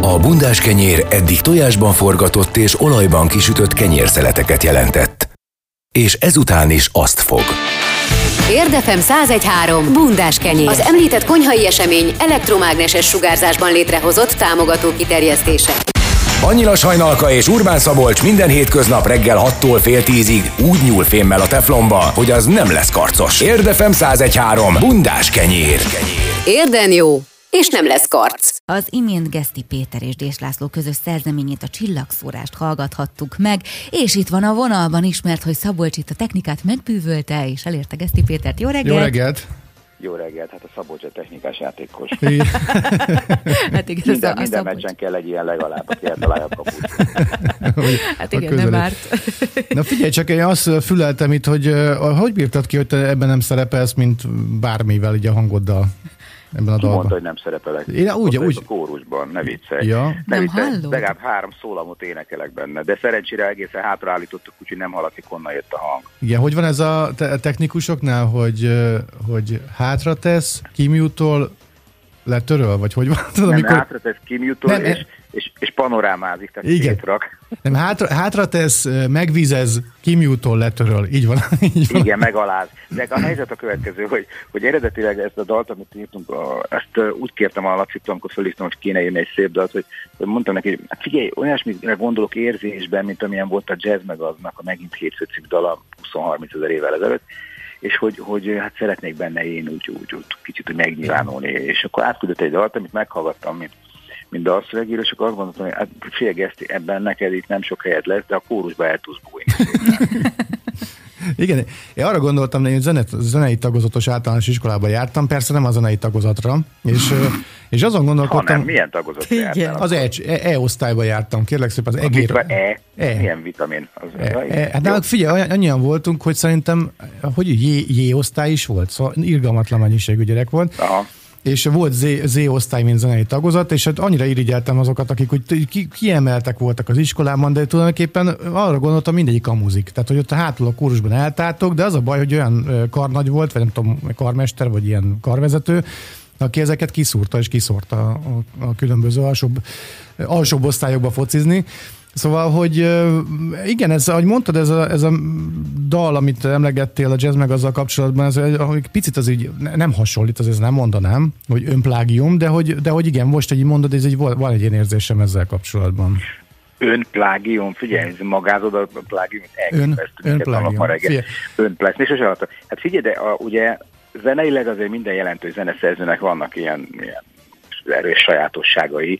A bundás kenyér eddig tojásban forgatott és olajban kisütött kenyérszeleteket jelentett. És ezután is azt fog. Érdefem 101.3 bundás kenyér. Az említett konyhai esemény elektromágneses sugárzásban létrehozott támogató kiterjesztése. Annyila Sajnalka és Urbán Szabolcs minden hétköznap reggel 6-tól fél 10-ig úgy nyúl fémmel a teflonba, hogy az nem lesz karcos. Érdefem 101.3 bundás kenyér. Érden jó, és nem lesz karc. Az imént Geszti Péter és Dés László közös szerzeményét, a Csillagszórást hallgathattuk meg, és itt van a vonalban ismert, hogy Szabolcs itt a technikát megbűvölte, és elérte Geszti Pétert. Jó reggelt! Jó reggelt! Jó reggelt, hát a Szabolcs a technikás játékos. Hát igen, minden meccsen kell egy ilyen legalább, aki eltalálja a kaput. Hát igen, nem árt. Na figyelj csak, én azt füleltem itt, hogy bírtad ki, hogy te ebben nem szerepelsz, mint bármivel így a hangoddal ebben a dalban? Mondta, hogy nem szerepelek. Én úgy. A kórusban, ne viccelj. Ja. Nem hallod? Legalább 3 szólamot énekelek benne, de szerencsére egészen hátraállítottuk, úgyhogy nem hallatszik, honnan jött a hang. Igen, hogy van ez a technikusoknál, hogy hátratesz, kimutol, letöröl, vagy hogy van? Nem, amikor... hátratesz, kimutol, és panorámázik, tehát szétrak. Nem, hátratesz, megvízez, kimutol, letöröl. Így van. Igen, megaláz. De a helyzet a következő, hogy eredetileg ezt a dalt, amit írtunk, ezt úgy kértem a Lacitól, amikor fölhívtam, hogy kéne írni egy szép dalt, hogy mondtam neki, hogy figyelj, olyasmire gondolok érzésben, mint amilyen volt a Jazz meg aznak a Megint hétfő című dala 20-30 ezer évvel ezelőtt, és hogy hát szeretnék benne én úgy kicsit hogy megnyilvánulni, és akkor átküldött egy dalt, amit meghallgattam, mint dalszövegíró, és akkor azt gondoltam, hogy hát félj Geszti, ebben neked itt nem sok helyet lesz, de a kórusba el tudsz bújni. Igen, én arra gondoltam, hogy én zenei tagozatos általános iskolában jártam, persze nem a zenei tagozatra, és azon gondolkodtam... Hanem, milyen tagozatra jártál? Az E-osztályban jártam, kérlek szépen, az egér... Milyen vitamin? Hát figyelj, annyian voltunk, hogy szerintem, hogy J-osztály is volt, szóval irgalmatlan mennyiségű gyerek volt. Aha. És volt Z-osztály, mint zenei tagozat, és hát annyira irigyeltem azokat, akik úgy kiemeltek voltak az iskolában, de tulajdonképpen arra gondoltam, mindegyik amuzik. Tehát, hogy ott a hátul a kórusban eltáltok, de az a baj, hogy olyan karnagy volt, vagy nem tudom, karmester, vagy ilyen karvezető, aki ezeket kiszúrta, és kiszórta a különböző alsóbb osztályokba focizni. Szóval, hogy igen, ez, ahogy mondtad, ez a dal, amit emlegettél a jazz meg azzal kapcsolatban, ez picit az így nem hasonlít, azért nem mondanám, hogy önplágium, de hogy igen, most, hogy így mondod, ez így van egy ilyen érzésem ezzel kapcsolatban. Önplágium, figyelj, magázod a plágiumot, önplágium. Önplágium. Hát figyelj, de ugye zeneileg azért minden jelentős zeneszerzőnek vannak ilyen erős sajátosságai,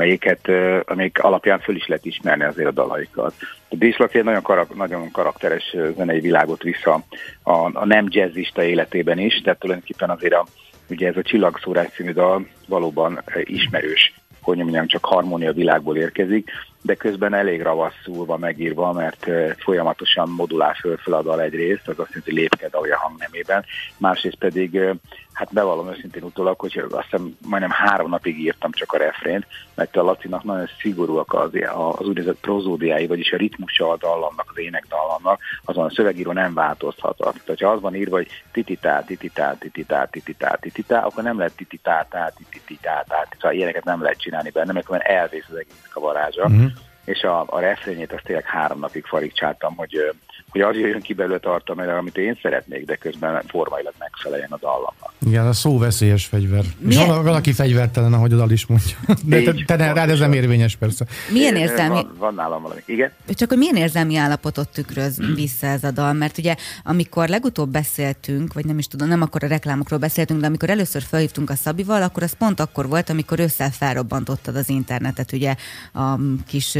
amelyik alapján föl is lehet ismerni azért a dalaikat. A Dés Laci egy nagyon karakteres zenei világot vissza a nem jazzista életében is, tehát tulajdonképpen azért ugye ez a Csillagszórás című dal valóban ismerős, hogy mondjam, csak harmónia világból érkezik, de közben elég ravasszul van megírva, mert folyamatosan modulál föl a dal egyrészt, az azt jelenti, hogy lépked a hangnemében, másrészt pedig, hát bevallom őszintén utólag, hogy azt hiszem majdnem 3 napig írtam csak a refrént, mert a Lacinak nagyon szigorúak az úgynevezett prozódiái, vagyis a ritmusa a dallamnak, az énekdallamnak, azon a szövegíró nem változhat. Tehát ha az van írva, hogy tititá, tititá, tititá, tititá, tititá, akkor nem lehet tititá, tititá, szóval ilyeneket nem lehet csinálni benne, mert akkor elvész az egész a varázsa. És a refrényét azt tényleg 3 napig farigcsáltam, hogy az jöjjön ki belőle tartalmára, amit én szeretnék, de közben formailag megfeleljen a dallamnak. Igen, a szó veszélyes fegyver. És valaki fegyvertelen, ahogy a dal is mondja. De rád ez nem érvényes, persze. Milyen érzelmi... Van nálam valami. Igen? Csak hogy milyen érzelmi állapotot tükröz vissza ez a dal? Mert ugye, amikor legutóbb beszéltünk, vagy nem is tudom, nem akkor a reklámokról beszéltünk, de amikor először felhívtunk a Szabival, akkor az pont akkor volt, amikor ősszel felrobbantottad az internetet, ugye a kis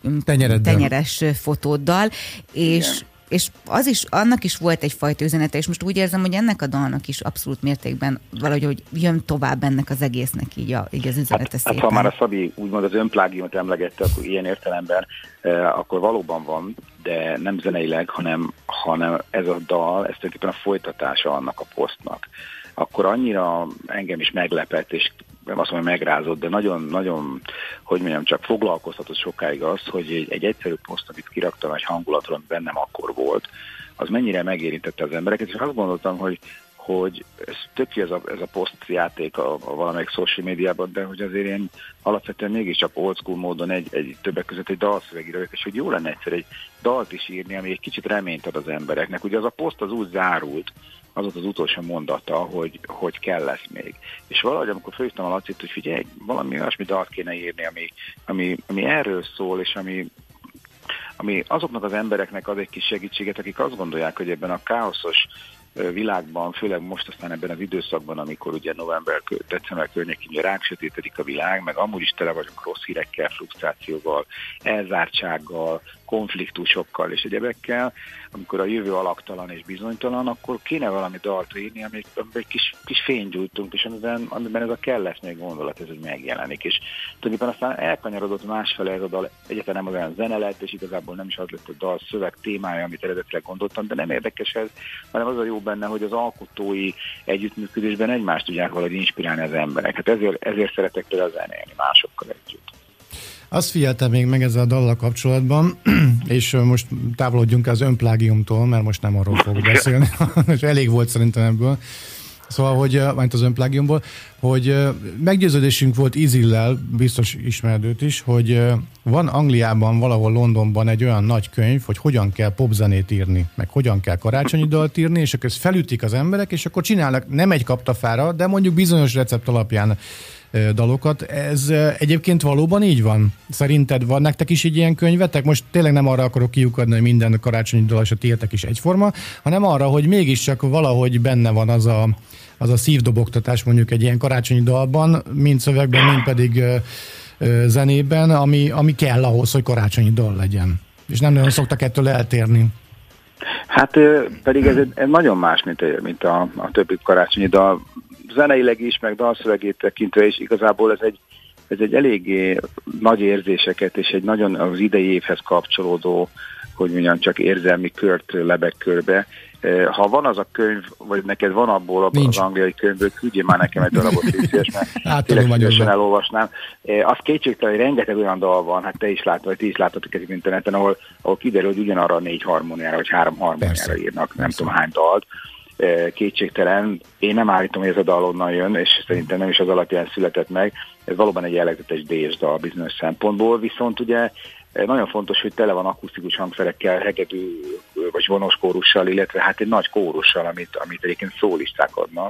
tenyeres fotóddal, és annak is volt egyfajta üzenete, és most úgy érzem, hogy ennek a dalnak is abszolút mértékben valahogy hogy jön tovább ennek az egésznek így az üzenete szépen. Hát ha már a Szabi úgymond az önplágiumot emlegette, akkor ilyen értelemben akkor valóban van, de nem zeneileg, hanem ez a dal, ez tulajdonképpen a folytatása annak a posztnak. Akkor annyira engem is meglepett, és nem azt mondom, hogy megrázott, de nagyon, hogy mondjam, csak foglalkoztatott sokáig az, hogy egy egyszerű poszt, amit kiraktam egy hangulatról, ami bennem akkor volt, az mennyire megérintette az embereket, és azt gondoltam, hogy ez tök jó ez a posztjáték a valamelyik social médiában, de hogy azért én alapvetően mégiscsak old school módon egy többek között egy dalszövegíró vagyok, és hogy jó lenne egyszer egy dalt is írni, ami egy kicsit reményt ad az embereknek. Ugye az a poszt az úgy zárult, az volt az utolsó mondata, hogy kell lesz még. És valahogy, amikor fölhívtam a Lacit, hogy figyelj, valami olyasmi dalt kéne írni, ami erről szól, és ami azoknak az embereknek ad egy kis segítséget, akik azt gondolják, hogy ebben a káoszos világban, főleg most aztán ebben az időszakban, amikor ugye december környékén ugye ránk sötétedik a világ, meg amúgy is tele vagyunk rossz hírekkel, frusztrációval, elzártsággal, konfliktusokkal és egyebekkel, amikor a jövő alaktalan és bizonytalan, akkor kéne valami dalt írni, amiben egy kis fényt gyújtunk, és amiben ez a kell lesz még gondolat, ez úgy megjelenik. És tulajdonképpen aztán elkanyarodott másfele ez a dal, egyáltalán nem olyan zene lett, és igazából nem is az lett a dal szöveg témája, amit eredetileg gondoltam, de nem érdekes ez, hanem az a jó benne, hogy az alkotói együttműködésben egymást tudják valahogy inspirálni az emberek. Hát ezért szeretek például zenélni másokkal együtt. Azt figyeltem még meg ezzel a dallal kapcsolatban, és most távolodjunk az önplágiumtól, mert most nem arról fogok beszélni, és elég volt szerintem ebből. Szóval, hogy az önplágiumból, hogy meggyőződésünk volt Izillel, biztos ismered őt is, hogy van Angliában, valahol Londonban egy olyan nagy könyv, hogy hogyan kell popzenét írni, meg hogyan kell karácsonyi dalt írni, és akkor ezt felütik az emberek, és akkor csinálnak nem egy kaptafára, de mondjuk bizonyos recept alapján dalokat. Ez egyébként valóban így van? Szerinted van nektek is így ilyen könyvetek? Most tényleg nem arra akarok kiukadni, hogy minden karácsonyi dal és a tiétek is egyforma, hanem arra, hogy mégiscsak valahogy benne van az a szívdobogtatás mondjuk egy ilyen karácsonyi dalban, mind szövegben, mind pedig zenében, ami kell ahhoz, hogy karácsonyi dal legyen. És nem nagyon szoktak ettől eltérni. Hát pedig ez nagyon más, mint a többi karácsonyi dal. Zeneileg is, meg dalszövegét tekintve is igazából ez egy eléggé nagy érzéseket, és egy nagyon az idei évhez kapcsolódó, hogy mondjam, csak érzelmi kört lebeg körbe. Ha van az a könyv, vagy neked van abból az angliai könyvből, küldjél már nekem egy darabot, szíves, mert tényleg szívesen elolvasnám. Az kétségtelen, hogy rengeteg olyan dal van, hát te is láttatok ezt interneten, ahol kiderül, hogy ugyanarra 4 harmóniára, vagy 3 harmóniára írnak, nem tudom hány dalt. Kétségtelen. Én nem állítom, hogy ez a dal onnan jön, és szerintem nem is az alapján született meg. Ez valóban egy jellegzetes dal bizonyos szempontból, viszont ugye nagyon fontos, hogy tele van akusztikus hangszerekkel, hegedű vagy vonos kórussal, illetve hát egy nagy kórussal, amit egyébként szólisták adnak.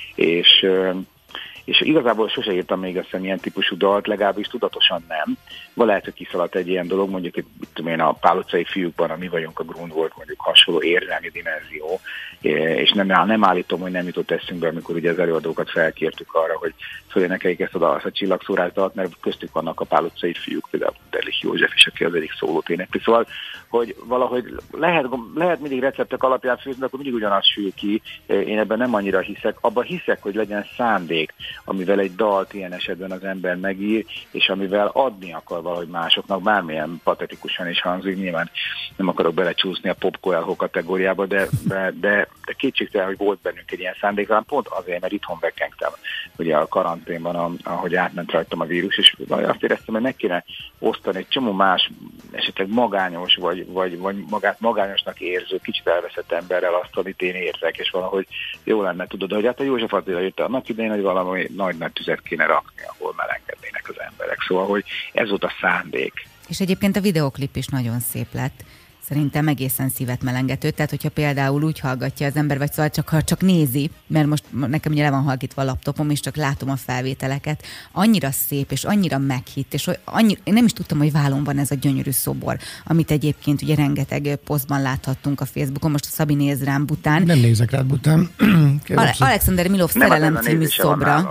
És igazából sose írtam még azt ilyen típusú dalt, legalábbis tudatosan nem. Lehet, hogy kiszaladt egy ilyen dolog, mondjuk a Pál utcai fiúkban, a Mi vagyunk a Grund volt mondjuk hasonló érzelmi dimenzió, és nem állítom, hogy nem jutott eszünkbe, amikor ugye az előadókat felkértük arra, hogy fölénekeljék ezt a csillagszórás dalt, mert köztük vannak a Pál utcai fiúk, például Derlich József is, aki az egyik szólót énekli. Szóval, hogy valahogy lehet mindig receptek alapján főzni, de akkor mindig ugyanaz sül ki. Én ebben nem annyira hiszek. Abban hiszek, hogy legyen szándék, amivel egy dalt ilyen esetben az ember megír, és amivel adni akar valahogy másoknak, bármilyen patetikusan is hangzik. Nyilván nem akarok belecsúszni a pop-coelho kategóriába, de kétségtelen, hogy volt bennünk egy ilyen szándék, pont azért, mert itthon bekengtem ugye a karanténban, ahogy átment rajtam a vírus, és azt éreztem, hogy meg kéne osztani egy csomó más, esetleg magányos, vagy magát magányosnak érző, kicsit elveszett emberrel azt, amit én érzek, és valahogy jó lenne, tudod, hogy hát a József Attila jött annak idején, hogy valami nagy tüzet kéne rakni, ahol melegednének az emberek. Szóval, hogy ez volt a szándék. És egyébként a videoklip is nagyon szép lett. Szerintem egészen szívet melengető. Tehát, hogyha például úgy hallgatja az ember, vagy szóval csak nézi, mert most nekem ugye le van halkítva a laptopom, és csak látom a felvételeket, annyira szép, és annyira meghitt, és én nem is tudtam, hogy Válon van ez a gyönyörű szobor, amit egyébként ugye rengeteg posztban láthattunk a Facebookon, most a Szabi néz rám bután. Nem nézek rád bután. Alexander Milov Szerelem című szobra.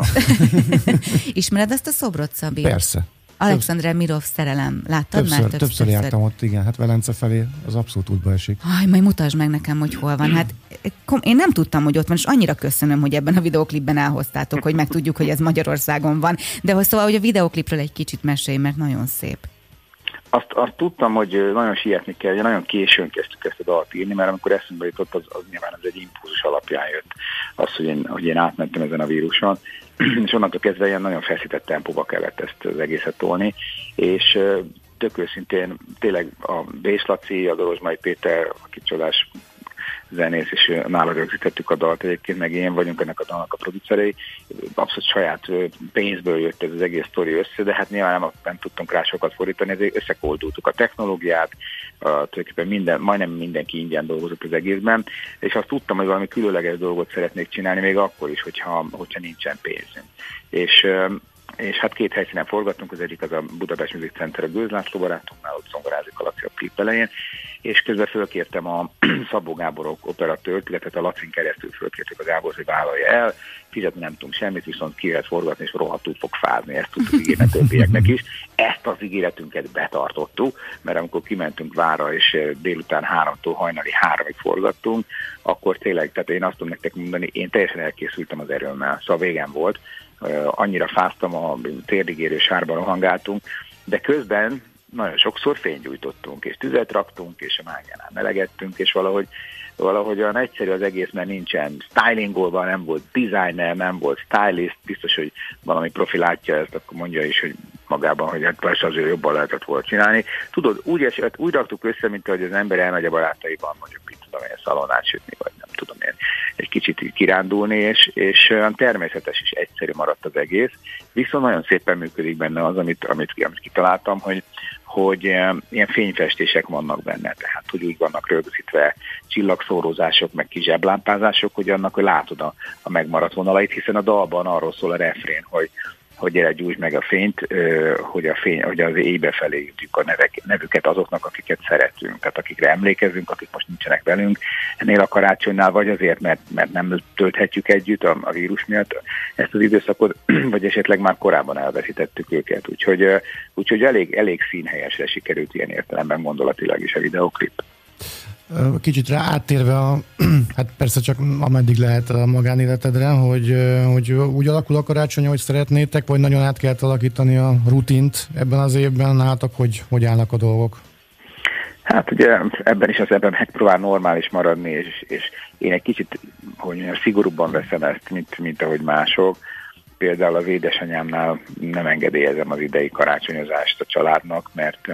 Ismered ezt a szobrot, Szabi? Persze. Alexander Milov Szerelem. Láttad már? Többször jártam ott, igen. Hát Velence felé az abszolút útba esik. Majd mutasd meg nekem, hogy hol van. Hát én nem tudtam, hogy ott van, és annyira köszönöm, hogy ebben a videoklipben elhoztátok, hogy megtudjuk, hogy ez Magyarországon van. De szóval, hogy a videoklipről egy kicsit mesélj, mert nagyon szép. Azt tudtam, hogy nagyon sietni kell, hogy nagyon későn kezdtük ezt a dalt írni, mert amikor eszünkbe jutott, az nyilván az egy impulzus alapján jött az, hogy én átmentem ezen a víruson, és onnantól kezdve ilyen nagyon feszített tempóba kellett ezt az egészet tolni, és tök őszintén tényleg a Bés Laci, a Dorozsmai Péter, aki csodás zenész, és nála rögzítettük a dalt egyébként, meg én vagyunk ennek a dalnak a producerei. Abszolút saját pénzből jött ez az egész sztori össze, de hát nyilván nem tudtunk rá sokat fordítani, ezért összekoldultuk a technológiát, tulajdonképpen majdnem mindenki ingyen dolgozott az egészben, és azt tudtam, hogy valami különleges dolgot szeretnék csinálni, még akkor is, hogyha nincsen pénzünk. És hát 2 helyszínen forgattunk, az egyik az a Budapest Music Center a Gőz László barátunknál, ott zongorázik a Laci a klip elején, és közben fölkértem a Szabó Gábor operatőrt, illetve a Lacin keresztül fölkértük a Gábor, hogy vállalja el, fizetni nem tudunk semmit, viszont ki lehet forgatni, és rohadtul fog fázni, ezt tudtuk ígérni többieknek is. Ezt az ígéretünket betartottuk, mert amikor kimentünk Vára, és délután 3-tól hajnali 3-ig forgattunk, akkor tényleg, tehát én azt tudom nektek mondani, én teljesen elkészültem az erőmmel, szóval végem volt, annyira fáztam, a térdigérő sárban rohangáltunk, de közben nagyon sokszor fénygyújtottunk, és tüzet raktunk, és a mágiánál melegettünk, és valahogy olyan egyszerű az egész, mert nincsen stylingolva, nem volt designer, nem volt stylist, biztos, hogy valami profi látja ezt, akkor mondja is, hogy magában, hogy hát persze azért jobban lehetett volna csinálni. Tudod, úgy raktuk össze, mint hogy az ember elmegy a barátaiban, mondjuk, mit tudom én, szalonnát sütni, vagy nem tudom én, egy kicsit kirándulni, és olyan természetes és egyszerű maradt az egész, viszont nagyon szépen működik benne az, amit kitaláltam, hogy ilyen fényfestések vannak benne, tehát hogy úgy vannak rögzítve csillagszórozások, meg kis zseblámpázások, hogy annak, hogy látod a megmaradt vonalait, hiszen a dalban arról szól a refrén, hogy gyere, gyújtsd meg a fényt, hogy az éjbe felé jutjuk a nevüket azoknak, akiket szeretünk, tehát akikre emlékezünk, akik most nincsenek velünk ennél a karácsonynál, vagy azért, mert nem tölthetjük együtt a vírus miatt ezt az időszakot, vagy esetleg már korábban elveszítettük őket. Úgyhogy elég színhelyesre sikerült ilyen értelemben gondolatilag is a videóklip. Kicsit rá áttérve, hát persze csak ameddig lehet a magánéletedre, hogy úgy alakul a karácsony, hogy szeretnétek, vagy nagyon át kell alakítani a rutint ebben az évben, nálatok, hogy állnak a dolgok? Hát ugye ebben megpróbál normális maradni, és én egy kicsit, szigorúbban veszem ezt, mint ahogy mások. Például az édesanyámnál nem engedélyezem az idei karácsonyozást a családnak,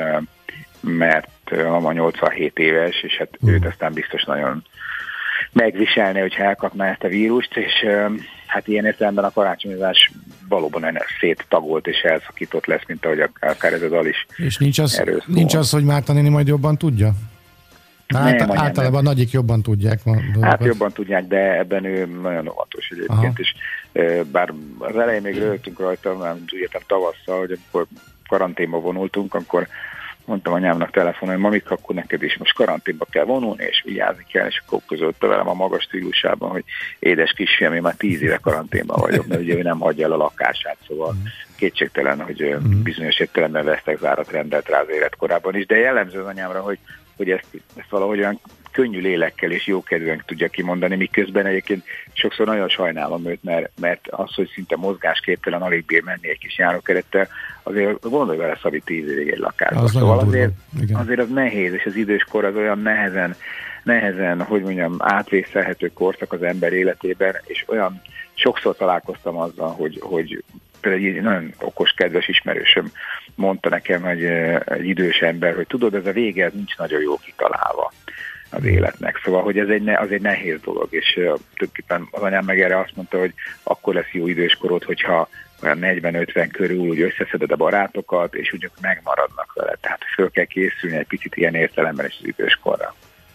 mert mama 87 éves, és hát őt aztán biztos nagyon megviselni, hogyha elkapná ezt a vírust, és hát ilyen értelemben a karácsonyozás valóban széttagolt és elszakított lesz, mint ahogy akár ez a dal is. És nincs az, hogy Márta néni majd jobban tudja? Általában nagyik jobban tudják. Hát jobban tudják, de ebben ő nagyon óvatos egyébként, és bár az elején még rögtünk rajta, nem tudjátok tavasszal, hogy amikor karanténba vonultunk, akkor mondtam anyámnak telefonon, hogy mamik, akkor neked is most karanténba kell vonulni, és vigyázni kell, és akkor közölte velem a magas stílusában, hogy édes kisfiam, én már 10 éve karanténban vagyok, mert ugye ő nem hagyja el a lakását, szóval kétségtelen, hogy bizonyos értelemben vesztegzárat rendelt rá az életkorában is, de jellemző az anyámra, hogy ezt valahogy olyan könnyű lélekkel és jókedvűen tudja kimondani, miközben egyébként sokszor nagyon sajnálom őt, mert az, hogy szinte mozgásképtelen, alig bír menni egy kis járókerettel, azért gondolj vele, Szabi, 10 évig egy lakásban. Szóval azért az nehéz, és az időskor az olyan nehezen, hogy mondjam, átvészelhető korszak az ember életében, és olyan sokszor találkoztam azzal, hogy például egy nagyon okos, kedves ismerősöm mondta nekem, hogy egy idős ember, hogy tudod, ez a vége, ez nincs nagyon jó kitalálva az életnek. Szóval, hogy az egy nehéz dolog, és tulajdonképpen az anyám meg erre azt mondta, hogy akkor lesz jó időskorod, hogyha olyan 40-50 körül úgy összeszeded a barátokat, és úgy megmaradnak vele. Tehát föl kell készülni egy picit ilyen értelemben is az időskorra.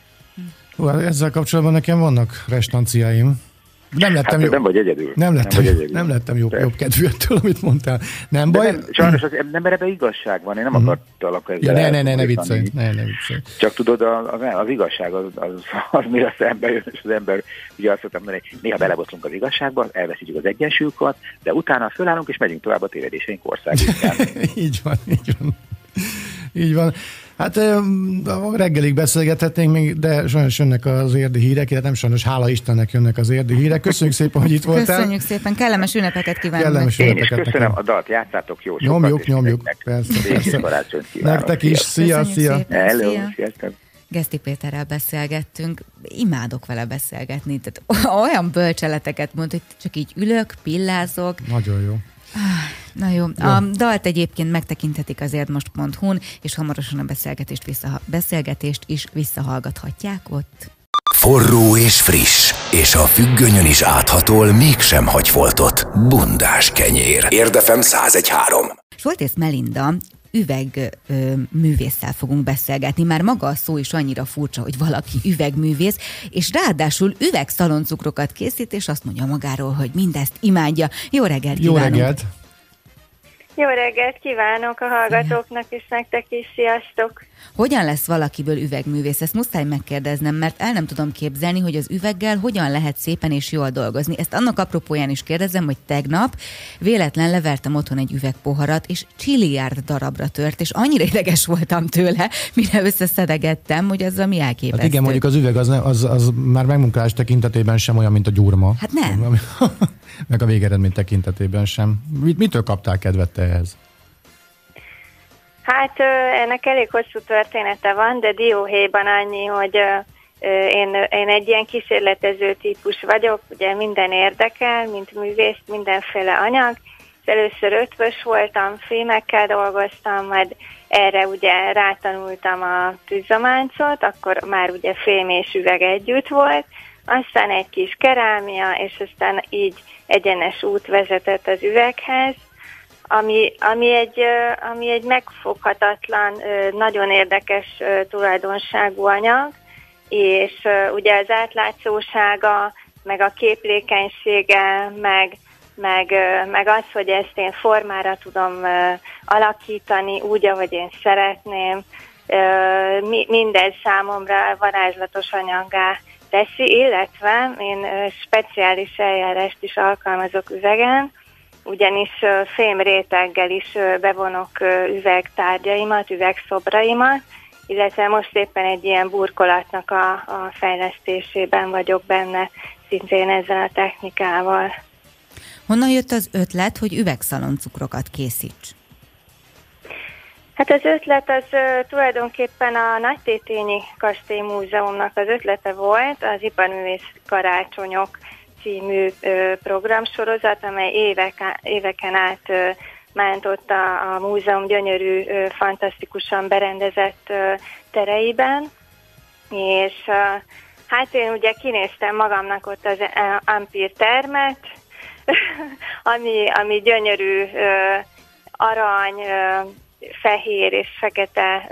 Ezzel kapcsolatban nekem vannak restanciáim. Nem lettem hát, nem vagy egyedül. Nem lettem jobb kedvűtől, amit mondtál. Nem baj. Sajnos az emberben igazság van, én nem akartalak ezzel. Ne viccelj. Csak tudod, az igazság az mire szembe jön, és az ember ugye azt szoktam mondani, hogy néha belebotlunk az igazságba, elveszítjük az egyensúlyokat, de utána fölállunk és megyünk tovább a tévedéseink országútján. Így van. Hát reggelig beszélgethetnénk még, de sajnos jönnek az érdi hírek, illetve nem sajnos, hála Istennek jönnek az érdi hírek. Köszönjük szépen, hogy itt voltál. Köszönjük szépen, kellemes ünnepeket kívánok. Én is köszönöm, a dalt játszátok jó sokat. Nyomjuk. Persze. Nektek is. Szia. Hello, sziasztok. Geszti Péterrel beszélgettünk, imádok vele beszélgetni, tehát olyan bölcseleteket mond, hogy csak így ülök, pillázok. Nagyon jó. Na jó. A dalt egyébként megtekinthetik az érdmost.hu-n, és hamarosan a beszélgetést is visszahallgathatják ott. Forró és friss, és a függönyön is áthatol, mégsem hagy foltot. Bundás kenyér. Érdefem 101.3. Soltész Melinda üvegművésszel fogunk beszélgetni. Már maga a szó is annyira furcsa, hogy valaki üvegművész, és ráadásul üvegszaloncukrokat készít, és azt mondja magáról, hogy mindezt imádja. Jó reggelt kívánunk! Jó reggelt! Jó reggelt kívánok a hallgatóknak, és nektek is, sziasztok! Hogyan lesz valakiből üvegművész? Ezt muszáj megkérdeznem, mert el nem tudom képzelni, hogy az üveggel hogyan lehet szépen és jól dolgozni. Ezt annak apropóján is kérdezem, hogy tegnap véletlen levertem otthon egy üvegpoharat, és csiliárd darabra tört, és annyira ideges voltam tőle, mire összeszedegettem, hogy azzal mi elképesztő. Hát igen, mondjuk az üveg az már megmunkálás tekintetében sem olyan, mint a gyurma. Hát nem. Meg a végeredmény tekintetében sem. Mitől kaptál kedvet te ehhez? Hát ennek elég hosszú története van, de dióhéjban annyi, hogy én egy ilyen kísérletező típus vagyok, ugye minden érdekel, mint művész, mindenféle anyag. Először ötvös voltam, fémekkel dolgoztam, majd erre ugye rátanultam a tűzománcot, akkor már ugye fém és üveg együtt volt, aztán egy kis kerámia, és aztán így egyenes út vezetett az üveghez, ami egy megfoghatatlan, nagyon érdekes tulajdonságú anyag, és ugye az átlátszósága, meg a képlékenysége, meg az, hogy ezt én formára tudom alakítani úgy, ahogy én szeretném, mindez számomra varázslatos anyaggá teszi, illetve én speciális eljárást is alkalmazok üvegen, ugyanis fémréteggel is bevonok üvegtárgyaimat, üvegszobraimat, illetve most éppen egy ilyen burkolatnak a fejlesztésében vagyok benne, szintén ezzel a technikával. Honnan jött az ötlet, hogy üvegszaloncukrokat készíts? Hát az ötlet az tulajdonképpen a Nagytétényi Kastély Múzeumnak az ötlete volt, az Iparművész Karácsonyok című programsorozat, amely éveken át ment ott a múzeum gyönyörű, fantasztikusan berendezett tereiben, és hát én ugye kinéztem magamnak ott az Ampír termet, ami gyönyörű arany, fehér és fekete,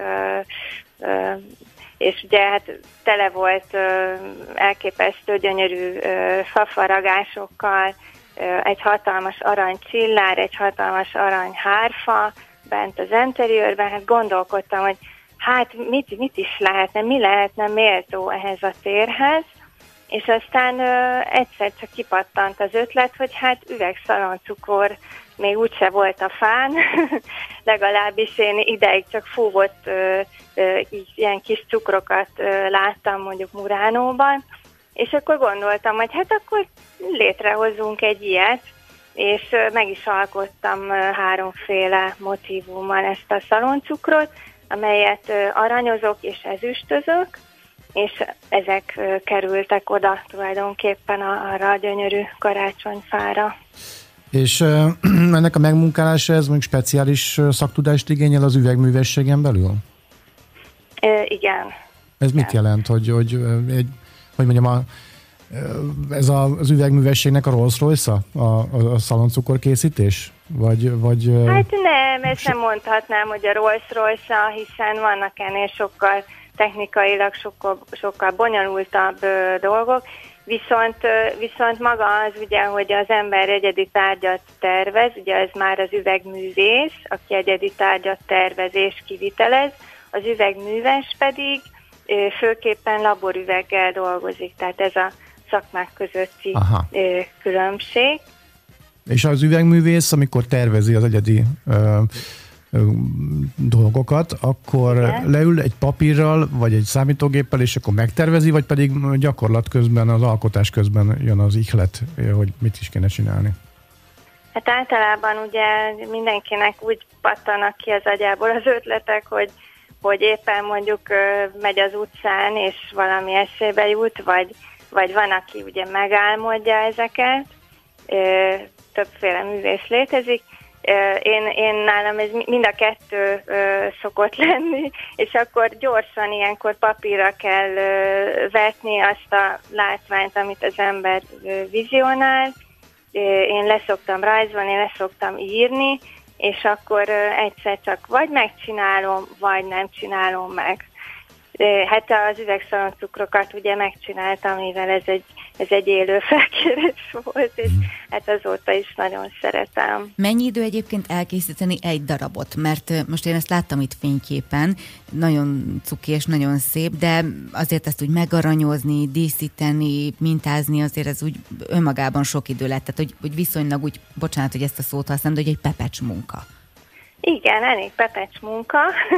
és ugye hát tele volt elképesztő gyönyörű fafaragásokkal, egy hatalmas aranycsillár, egy hatalmas aranyhárfa bent az interiőrben. Hát gondolkodtam, hogy hát mit is lehetne, mi lehetne méltó ehhez a térhez, és aztán egyszer csak kipattant az ötlet, hogy hát üvegszaloncukor még úgyse volt a fán, legalábbis én ideig csak fúvott ilyen kis cukrokat láttam mondjuk Muránóban, és akkor gondoltam, hogy hát akkor létrehozunk egy ilyet, és meg is alkottam háromféle motívummal ezt a szaloncukrot, amelyet aranyozok és ezüstözök, és ezek kerültek oda tulajdonképpen arra a gyönyörű karácsonyfára. És ennek a megmunkálása ez mondjuk speciális szaktudást igényel az üvegművességen belül? Igen. Ez mit jelent, hogy mondjam, ez az üvegművességnek a Rolls-Royce-a, a szaloncukor készítés? Vagy hát nem, ezt nem mondhatnám, hogy a Rolls-Royce-a, hiszen vannak ennél sokkal technikailag sokkal bonyolultabb dolgok, viszont maga az ugye, hogy az ember egyedi tárgyat tervez, ugye ez már az üvegművész, aki egyedi tárgyat tervez és kivitelez, az üvegműves pedig főképpen laborüveggel dolgozik, tehát ez a szakmák közötti különbség. És az üvegművész, amikor tervezi az egyedi dolgokat, akkor leül egy papírral, vagy egy számítógéppel, és akkor megtervezi, vagy pedig gyakorlat közben, az alkotás közben jön az ihlet, hogy mit is kéne csinálni? Hát általában ugye mindenkinek úgy pattanak ki az agyából az ötletek, hogy éppen mondjuk megy az utcán, és valami eszébe jut, vagy van, aki ugye megálmodja ezeket, többféle művész létezik. Én nálam ez mind a kettő szokott lenni, és akkor gyorsan ilyenkor papírra kell vetni azt a látványt, amit az ember vizionál. Én leszoktam rajzolni, leszoktam írni, és akkor egyszer csak vagy megcsinálom, vagy nem csinálom meg. Hát az üvegszaloncukrokat ugye megcsináltam, mivel ez egy élő felkérés volt, és hát azóta is nagyon szeretem. Mennyi idő egyébként elkészíteni egy darabot? Mert most én ezt láttam itt fényképen, nagyon cuki és nagyon szép, de azért ezt úgy megaranyozni, díszíteni, mintázni, azért ez úgy önmagában sok idő lett. Tehát, hogy viszonylag úgy, bocsánat, hogy ezt a szót használom, de hogy egy pepecs munka. Igen, elég pepecs munka,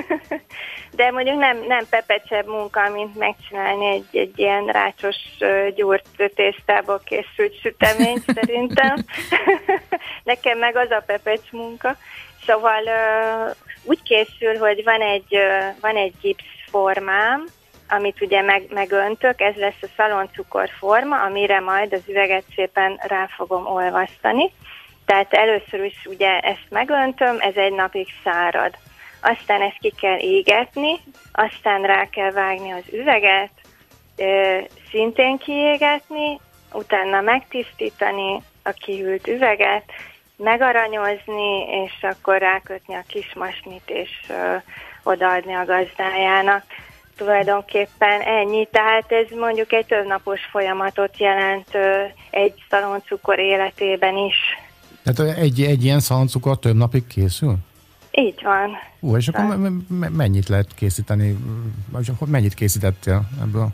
de mondjuk nem pepecsebb munka, mint megcsinálni egy ilyen rácsos gyúrt tésztából készült süteményt szerintem. Nekem meg az a pepecs munka. Szóval úgy készül, hogy van egy gipszformám, amit ugye megöntök, ez lesz a szaloncukorforma, amire majd az üveget szépen rá fogom olvasztani. Tehát először is ugye ezt megöntöm, ez egy napig szárad. Aztán ezt ki kell égetni, aztán rá kell vágni az üveget, szintén kiégetni, utána megtisztítani a kihűlt üveget, megaranyozni, és akkor rákötni a kis masnit, és odaadni a gazdájának. Tulajdonképpen ennyi, tehát ez mondjuk egy többnapos folyamatot jelent egy szaloncukor életében is. Tehát egy ilyen szaloncukor több napig készül? Így van. És akkor mennyit lehet készíteni? Mennyit készítettél ebből?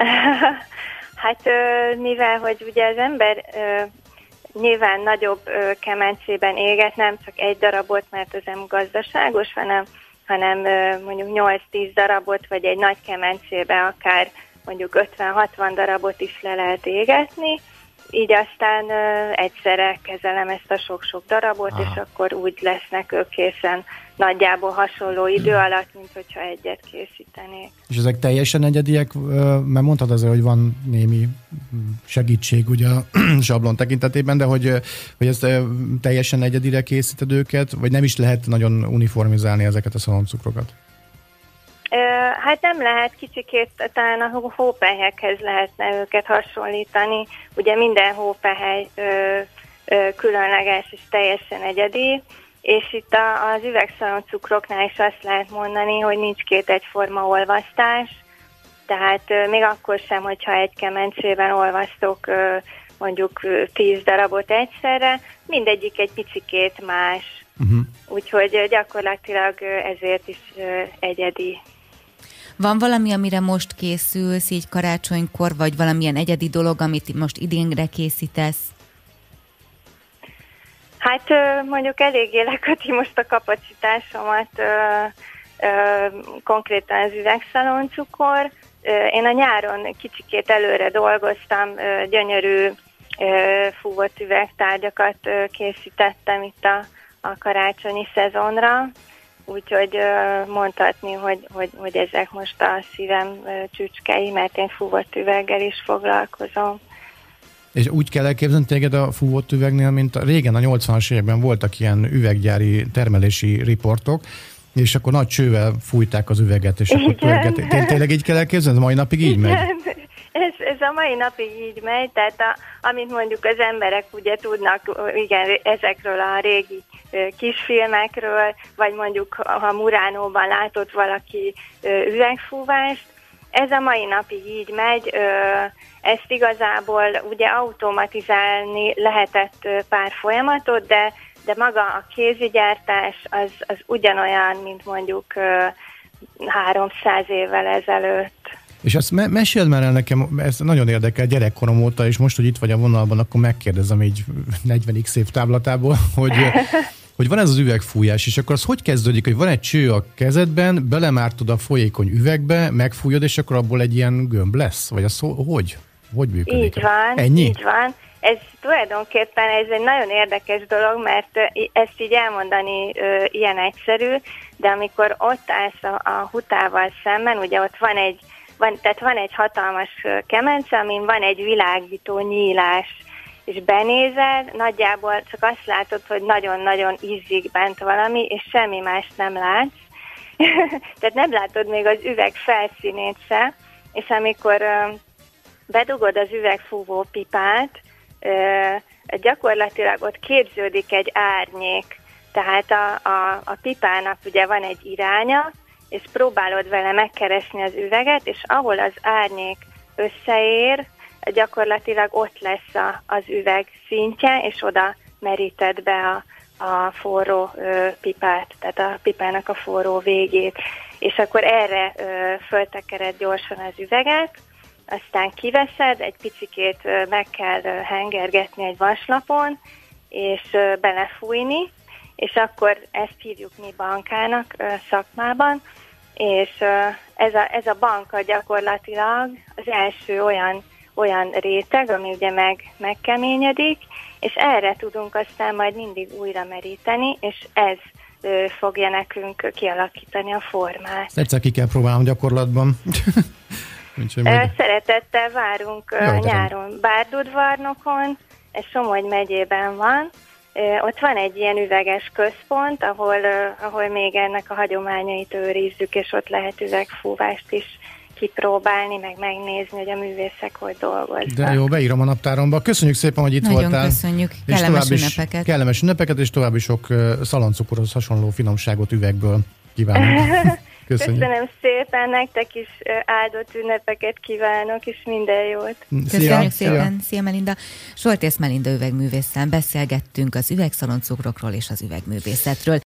Hát mivel, hogy ugye az ember nyilván nagyobb kemencében éget, nem csak egy darabot, mert ez nem gazdaságos, hanem mondjuk 8-10 darabot, vagy egy nagy kemencébe akár mondjuk 50-60 darabot is le lehet égetni, így aztán egyszerre kezelem ezt a sok-sok darabot, és akkor úgy lesznek ők készen nagyjából hasonló idő alatt, mint hogyha egyet készítenék. És ezek teljesen egyediek, mert mondtad azért, hogy van némi segítség ugye a sablon tekintetében, de hogy ezt teljesen egyedire készíted őket, vagy nem is lehet nagyon uniformizálni ezeket a szaloncukrokat? Hát nem lehet, kicsikét talán a hópelyhekhez lehetne őket hasonlítani. Ugye minden hópelyhely különleges és teljesen egyedi, és itt az üvegszaloncukroknál is azt lehet mondani, hogy nincs két egyforma olvasztás, tehát még akkor sem, hogyha egy kemencében olvasztok mondjuk 10 darabot egyszerre, mindegyik egy picikét más. Úgyhogy gyakorlatilag ezért is egyedi. Van valami, amire most készülsz így karácsonykor, vagy valamilyen egyedi dolog, amit most idénre készítesz? Hát mondjuk eléggé leköti most a kapacitásomat konkrétan az üvegszaloncukor. Én a nyáron kicsikét előre dolgoztam, gyönyörű fúvott üvegtárgyakat készítettem itt a karácsonyi szezonra, úgyhogy mondhatni, hogy ezek most a szívem csücskei, mert én fúvott üveggel is foglalkozom. És úgy kell elképzelni téged a fúvott üvegnél, mint régen a 80-as években voltak ilyen üveggyári termelési riportok, és akkor nagy csővel fújták az üveget, és akkor tényleg így kell elképzelni? Mai napig így megy? Ez a mai napig így megy, tehát amit mondjuk az emberek ugye tudnak ezekről a régi kisfilmekről, vagy mondjuk ha Muránóban látott valaki üvegfúvást, ez a mai napig így megy, ezt igazából ugye automatizálni lehetett pár folyamatot, de maga a kézigyártás az ugyanolyan, mint mondjuk 300 évvel ezelőtt. És azt meséld már el nekem, ez nagyon érdekel gyerekkorom óta, és most, hogy itt vagy a vonalban, akkor megkérdezem így 40x év távlatából, hogy van ez az üvegfújás, és akkor az hogy kezdődik, hogy van egy cső a kezedben, belemártod a folyékony üvegbe, megfújod, és akkor abból egy ilyen gömb lesz? Vagy az hogy működik? Így van, ennyi? Így van. Ez tulajdonképpen ez egy nagyon érdekes dolog, mert ezt így elmondani ilyen egyszerű, de amikor ott állsz a hutával szemben, ugye ott van egy hatalmas kemence, amin van egy világító nyílás, és benézel, nagyjából csak azt látod, hogy nagyon-nagyon izzik bent valami, és semmi mást nem látsz. Tehát nem látod még az üveg felszínét se, és amikor bedugod az üvegfúvó pipát, gyakorlatilag ott képződik egy árnyék. Tehát a pipának ugye van egy iránya, és próbálod vele megkeresni az üveget, és ahol az árnyék összeér, gyakorlatilag ott lesz az üveg szintje, és oda meríted be a forró pipát, tehát a pipának a forró végét. És akkor erre föltekered gyorsan az üveget, aztán kiveszed, egy picikét meg kell hengergetni egy vaslapon, és belefújni, és akkor ezt hívjuk mi bankának szakmában, és ez a banka gyakorlatilag az első olyan réteg, ami ugye megkeményedik, és erre tudunk aztán majd mindig újra meríteni, és ez fogja nekünk kialakítani a formát. Egyszer ki kell próbálnom gyakorlatban. Szeretettel várunk nyáron Bárdudvarnokon, ez Somogy megyében van. Ott van egy ilyen üveges központ, ahol még ennek a hagyományait őrizzük, és ott lehet üvegfúvást is kipróbálni, meg megnézni, hogy a művészek hogy dolgoznak. De jó, beírom a naptáromba. Köszönjük szépen, hogy itt nagyon voltál. Nagyon köszönjük. Kellemes ünnepeket. Kellemes ünnepeket, és további sok szaloncukorhoz hasonló finomságot üvegből kívánunk. Köszönöm szépen, nektek is áldott ünnepeket kívánok, és minden jót. Köszönjük szépen. Szia Melinda. Soltész Melinda üvegművésszel beszélgettünk az üvegszaloncukrokról és az üvegművészetről.